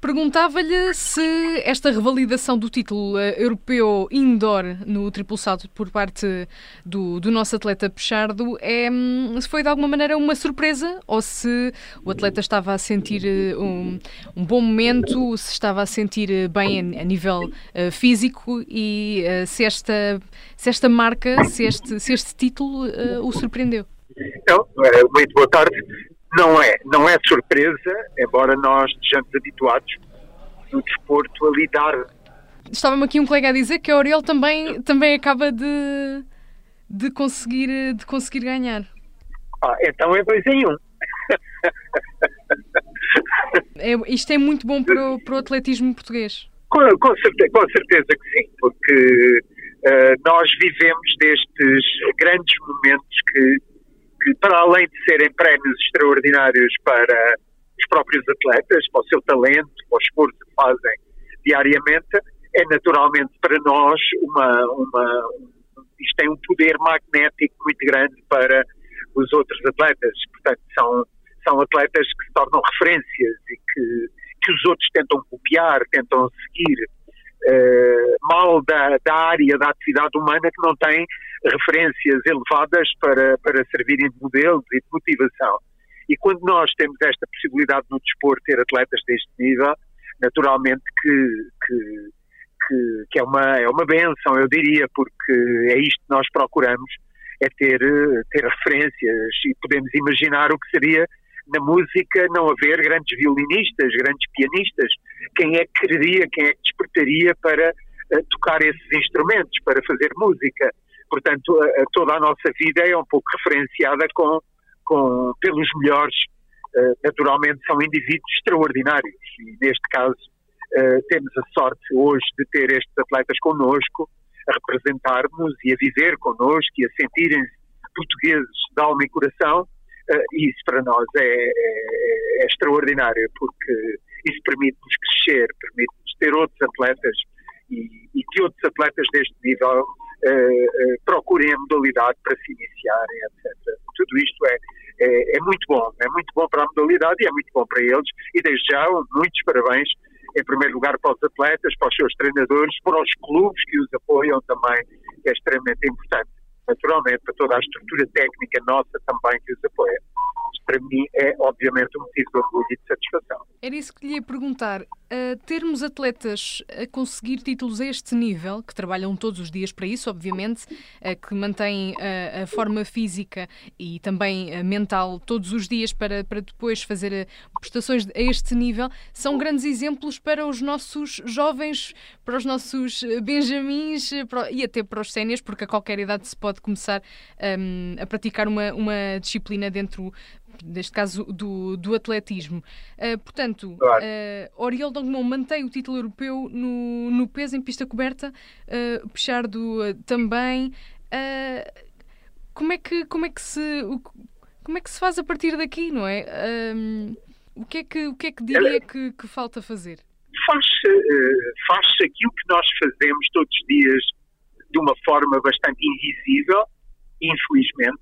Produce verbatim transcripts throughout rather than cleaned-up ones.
Perguntava-lhe se esta revalidação do título uh, europeu indoor no triplo salto por parte do, do nosso atleta Pechardo é, um, se foi de alguma maneira uma surpresa ou se o atleta estava a sentir uh, um, um bom momento, se estava a sentir uh, bem a, a nível uh, físico e uh, se, esta, se esta marca, se este, se este título uh, o surpreendeu. Então, muito boa tarde. Não é, não é surpresa, embora nós estejamos habituados no desporto a lidar. Estava-me aqui um colega a dizer que a Oriol também, também acaba de, de, conseguir, de conseguir ganhar. Ah, então é dois em um. É, isto é muito bom para o, para o atletismo português. Com, com, certeza, com certeza que sim, porque uh, nós vivemos destes grandes momentos que, que, para além de serem prémios extraordinários para os próprios atletas, para o seu talento, para o esforço que fazem diariamente, é naturalmente para nós uma, uma, isto tem um poder magnético muito grande para os outros atletas. Portanto, são, são atletas que se tornam referências e que, que os outros tentam copiar, tentam seguir, uh, mal da, da área da atividade humana que não tem referências elevadas para, para servirem de modelos e de motivação. E quando nós temos esta possibilidade no desporto, ter atletas deste nível, naturalmente que, que, que, que é, uma, é uma bênção, eu diria, porque é isto que nós procuramos, é ter, ter referências, e podemos imaginar o que seria na música não haver grandes violinistas, grandes pianistas. Quem é que quereria, quem é que despertaria para uh, tocar esses instrumentos, para fazer música? Portanto, uh, toda a nossa vida é um pouco referenciada com, com, pelos melhores. Uh, naturalmente são indivíduos extraordinários e neste caso uh, temos a sorte hoje de ter estes atletas connosco, a representar-nos e a viver connosco e a sentirem-se portugueses de alma e coração. Uh, e isso para nós é, é, é extraordinário, porque isso permite-nos crescer, permite-nos ter outros atletas e, e que outros atletas deste nível uh, uh, procurem a modalidade para se iniciarem, etcétera. Tudo isto é, é, é muito bom, é muito bom para a modalidade e é muito bom para eles, e desde já muitos parabéns, em primeiro lugar para os atletas, para os seus treinadores, para os clubes que os apoiam também, que é extremamente importante. Naturalmente, para toda a estrutura técnica nossa também que os apoia. Isto, para mim, é obviamente um motivo de orgulho e de satisfação. Era isso que lhe ia perguntar. Uh, termos atletas a conseguir títulos a este nível, que trabalham todos os dias para isso, obviamente, uh, que mantêm uh, a forma física e também uh, mental todos os dias para, para depois fazer uh, prestações a este nível, são grandes exemplos para os nossos jovens, para os nossos benjamins para, e até para os séniores, porque a qualquer idade se pode começar um, a praticar uma, uma disciplina dentro, neste caso, do, do atletismo. Uh, portanto, claro. uh, Oriol Dongmon mantém o título europeu no, no peso em pista coberta, uh, Pechardo uh, também. Uh, como, é que, como, é que se, o, como é que se faz a partir daqui, não é? Um, o, que é que, o que é que diria que, que falta fazer? Faz-se, uh, faz-se aquilo que nós fazemos todos os dias de uma forma bastante invisível, infelizmente,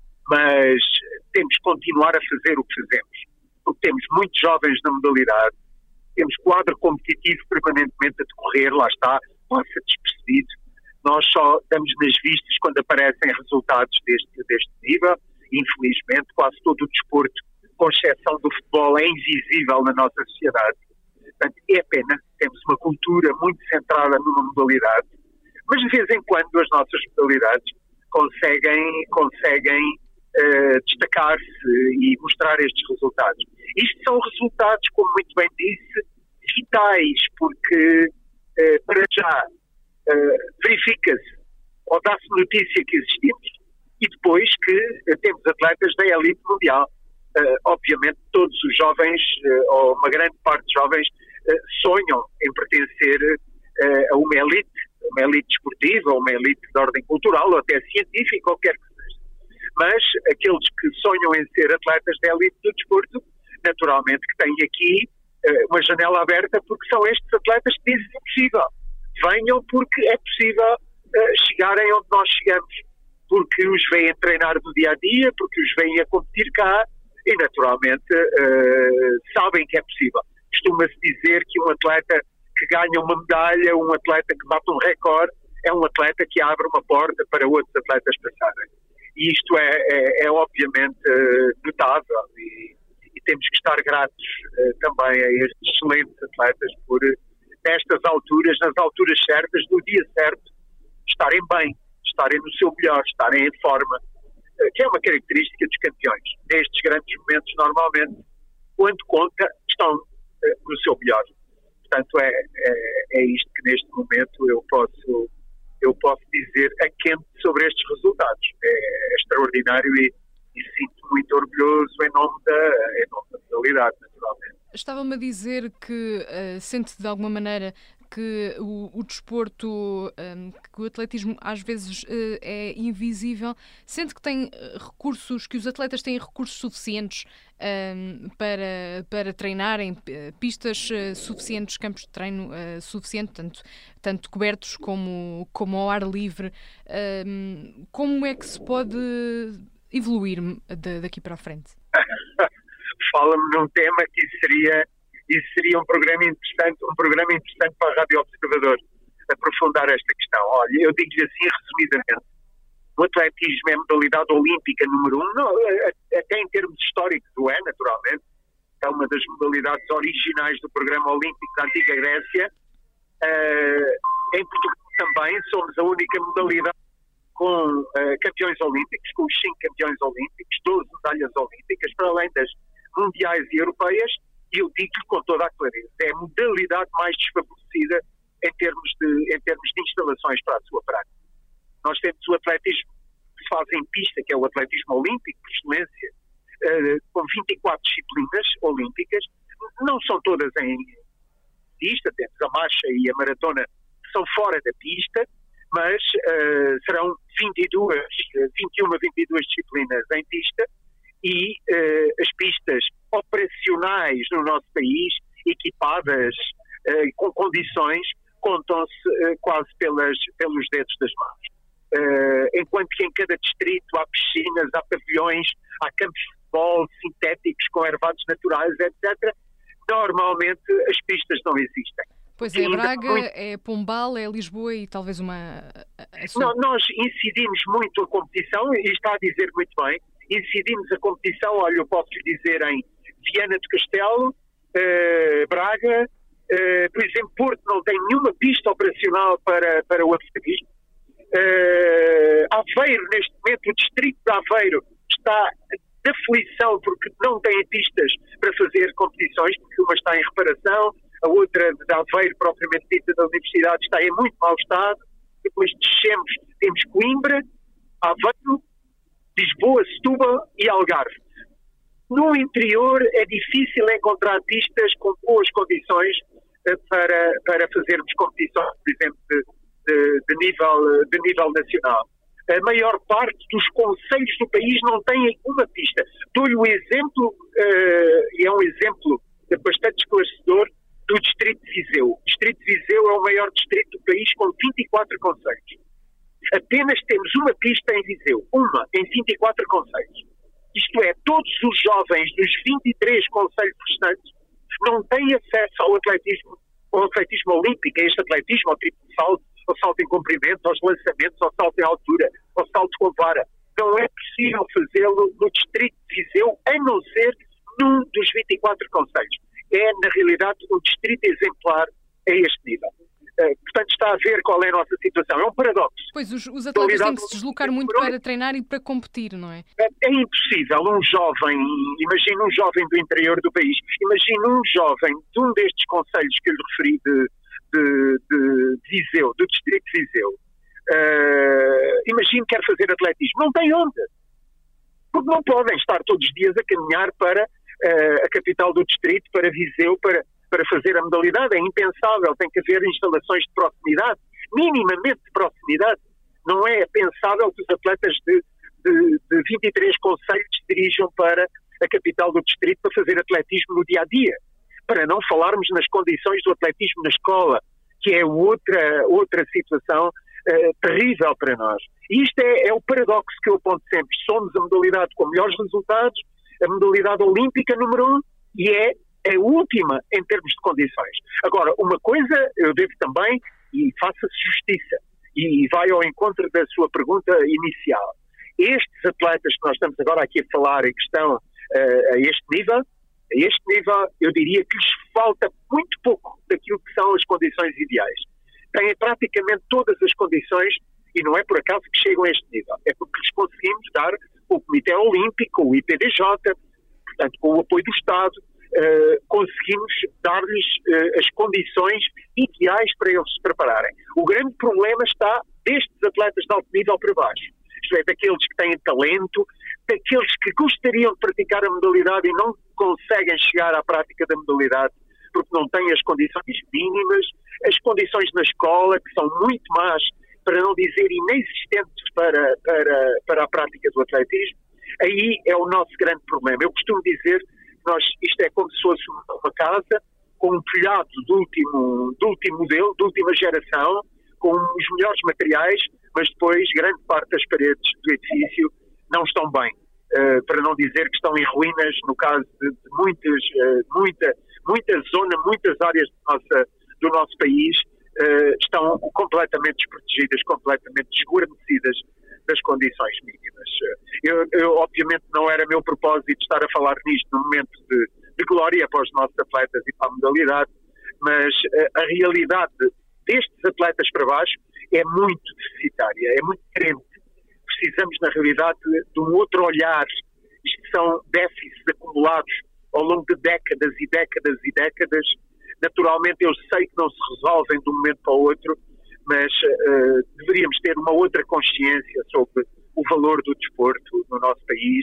mas temos que continuar a fazer o que fazemos, porque temos muitos jovens na modalidade, temos quadro competitivo permanentemente a decorrer, lá está, passa despercebido. Nós só damos nas vistas quando aparecem resultados deste, deste nível. Infelizmente, quase todo o desporto, com exceção do futebol, é invisível na nossa sociedade. Portanto, é pena, temos uma cultura muito centrada numa modalidade, mas de vez em quando as nossas modalidades conseguem, conseguem uh, destacar-se e mostrar estes resultados. Isto são resultados, como muito bem disse, vitais, porque uh, para já uh, verifica-se ou dá-se notícia que existimos e depois que uh, temos atletas da elite mundial. Uh, obviamente todos os jovens, uh, ou uma grande parte dos jovens, uh, sonham em pertencer uh, a uma elite, uma elite desportiva, uma elite de ordem cultural ou até científica, qualquer que seja. Mas aqueles que sonham em ser atletas da elite do desporto, naturalmente que têm aqui uh, uma janela aberta, porque são estes atletas que dizem que é possível. Venham porque é possível uh, chegarem onde nós chegamos, porque os veem treinar no dia-a-dia, porque os veem a competir cá e naturalmente uh, sabem que é possível. costuma-se dizer que um atleta que ganha uma medalha, um atleta que bate um recorde, é um atleta que abre uma porta para outros atletas passarem. E isto é, é, é obviamente notável e, e temos que estar gratos uh, também a estes excelentes atletas por, nestas alturas, nas alturas certas, no dia certo, estarem bem, estarem no seu melhor, estarem em forma, uh, que é uma característica dos campeões. Nestes grandes momentos, normalmente, quando conta, estão uh, no seu melhor. Portanto, é, é, é isto que neste momento eu posso... eu posso dizer a quente sobre estes resultados. É extraordinário e, e sinto muito orgulhoso em nome da, em nome da modalidade, naturalmente. Estava-me a dizer que uh, sente de alguma maneira que o, o desporto, um, que o atletismo às vezes uh, é invisível. Sente que tem recursos, que os atletas têm recursos suficientes um, para, para treinarem, pistas uh, suficientes, campos de treino uh, suficientes, tanto, tanto cobertos como, como ao ar livre. Um, como é que se pode evoluir de, daqui para a frente? Fala-me num tema que isso seria... Isso seria um programa interessante, um programa interessante para a Rádio Observador, aprofundar esta questão. Olha, eu digo-lhe assim resumidamente, o atletismo é a modalidade olímpica número um, não, até em termos históricos o é, naturalmente, é uma das modalidades originais do programa olímpico da Antiga Grécia. Uh, em Portugal também somos a única modalidade com uh, campeões olímpicos, com os cinco campeões olímpicos, doze medalhas olímpicas, para além das mundiais e europeias. E eu digo com toda a clareza, é a modalidade mais desfavorecida em termos de, em termos de instalações para a sua prática. Nós temos o atletismo que se faz em pista, que é o atletismo olímpico, por excelência, uh, com vinte e quatro disciplinas olímpicas. Não são todas em pista, temos a marcha e a maratona que são fora da pista, mas uh, serão vinte e duas, vinte e uma, vinte e duas disciplinas em pista. E uh, as pistas operacionais no nosso país, equipadas uh, com condições, contam-se uh, quase pelas, pelos dedos das mãos. Uh, enquanto que em cada distrito há piscinas, há pavilhões, há campos de futebol sintéticos com ervados naturais, etcétera, normalmente as pistas não existem. Pois é, Braga, muito... é Pombal, é Lisboa e talvez uma... A não, nós incidimos muito a competição, e está a dizer muito bem, incidimos a competição, olha, eu posso lhe dizer em Viana do Castelo, uh, Braga, uh, por exemplo, Porto não tem nenhuma pista operacional para, para o atletismo. Uh, Aveiro, neste momento, o distrito de Aveiro está de aflição porque não tem pistas para fazer competições, porque uma está em reparação, a outra de Aveiro, propriamente dita da Universidade, está em muito mau estado. Depois descemos, temos Coimbra, Aveiro, Lisboa, Setúbal e Algarve. No interior é difícil encontrar pistas com boas condições uh, para, para fazermos competições, por exemplo, de, de, de, nível, de nível nacional. A maior parte dos concelhos do país não tem uma pista. Dou-lhe o exemplo, uh, e é um exemplo bastante esclarecedor, do Distrito de Viseu. O Distrito de Viseu é o maior distrito do país com vinte e quatro concelhos. Apenas temos uma pista em Viseu, uma em vinte e quatro concelhos. Isto é, todos os jovens dos vinte e três concelhos restantes não têm acesso ao atletismo, ao atletismo olímpico, a este atletismo, ao triplo salto, ao salto em comprimento, aos lançamentos, ao salto em altura, ao salto com vara. Não é possível fazê-lo no Distrito de Viseu, a não ser num dos vinte e quatro concelhos. É, na realidade, um distrito exemplar a este nível. Uh, portanto, está a ver qual é a nossa situação. É um paradoxo. Pois, os, os atletas têm que se deslocar muito para treinar e para competir, não é? É, é impossível um jovem, imagina um jovem do interior do país, imagina um jovem de um destes concelhos que eu lhe referi de, de, de Viseu, do distrito de Viseu, uh, imagina que quer fazer atletismo. Não tem onde. Porque não podem estar todos os dias a caminhar para uh, a capital do distrito, para Viseu, para... para fazer a modalidade. É impensável, tem que haver instalações de proximidade, minimamente de proximidade. Não é pensável que os atletas de, de, de vinte e três concelhos se dirijam para a capital do distrito para fazer atletismo no dia-a-dia. Para não falarmos nas condições do atletismo na escola, que é outra, outra situação uh, terrível para nós. E isto é, é o paradoxo que eu aponto sempre. Somos a modalidade com melhores resultados, a modalidade olímpica número um, e é é a última em termos de condições. Agora, uma coisa eu devo também, e faça-se justiça, e vai ao encontro da sua pergunta inicial. Estes atletas que nós estamos agora aqui a falar e que estão uh, a este nível, a este nível, eu diria que lhes falta muito pouco daquilo que são as condições ideais. Têm praticamente todas as condições, e não é por acaso que chegam a este nível, é porque lhes conseguimos dar o Comitê Olímpico, o I P D J, portanto, com o apoio do Estado, uh, conseguimos dar-lhes uh, as condições ideais para eles se prepararem. O grande problema está destes atletas de alto nível para baixo. Isto é, daqueles que têm talento, daqueles que gostariam de praticar a modalidade e não conseguem chegar à prática da modalidade porque não têm as condições mínimas, as condições na escola, que são muito más, para não dizer inexistentes para, para, para a prática do atletismo. Aí é o nosso grande problema. Eu costumo dizer que nós, isto é como se fosse uma casa com um telhado do último, do último modelo, da última geração, com os melhores materiais, mas depois grande parte das paredes do edifício não estão bem. Uh, para não dizer que estão em ruínas, no caso de, de muitas, uh, muita, muita zona, muitas áreas do nosso, do nosso país uh, estão completamente desprotegidas, completamente desguarnecidas das condições mínimas. Eu, eu, obviamente, não era meu propósito estar a falar nisto num momento de, de glória para os nossos atletas e para a modalidade, mas uh, a realidade destes atletas para baixo é muito deficitária, é muito carente. Precisamos, na realidade, de um outro olhar. Isto são déficits acumulados ao longo de décadas e décadas e décadas. Naturalmente, eu sei que não se resolvem de um momento para o outro, mas uh, deveríamos ter uma outra consciência sobre o valor do desporto no nosso país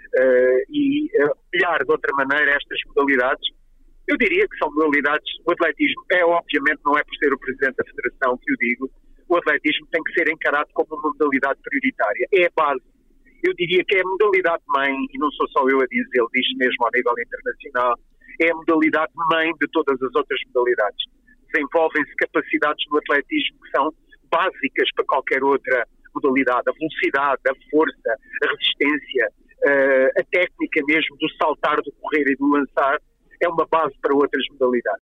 uh, e uh, olhar de outra maneira estas modalidades. Eu diria que são modalidades, o atletismo é, obviamente, não é por ser o Presidente da Federação que o digo, o atletismo tem que ser encarado como uma modalidade prioritária. É a base. Eu diria que é a modalidade mãe, e não sou só eu a dizer, ele diz mesmo ao nível internacional, é a modalidade mãe de todas as outras modalidades. Desenvolvem-se capacidades no atletismo que são básicas para qualquer outra modalidade. A velocidade, a força, a resistência, a técnica mesmo do saltar, do correr e do lançar, é uma base para outras modalidades.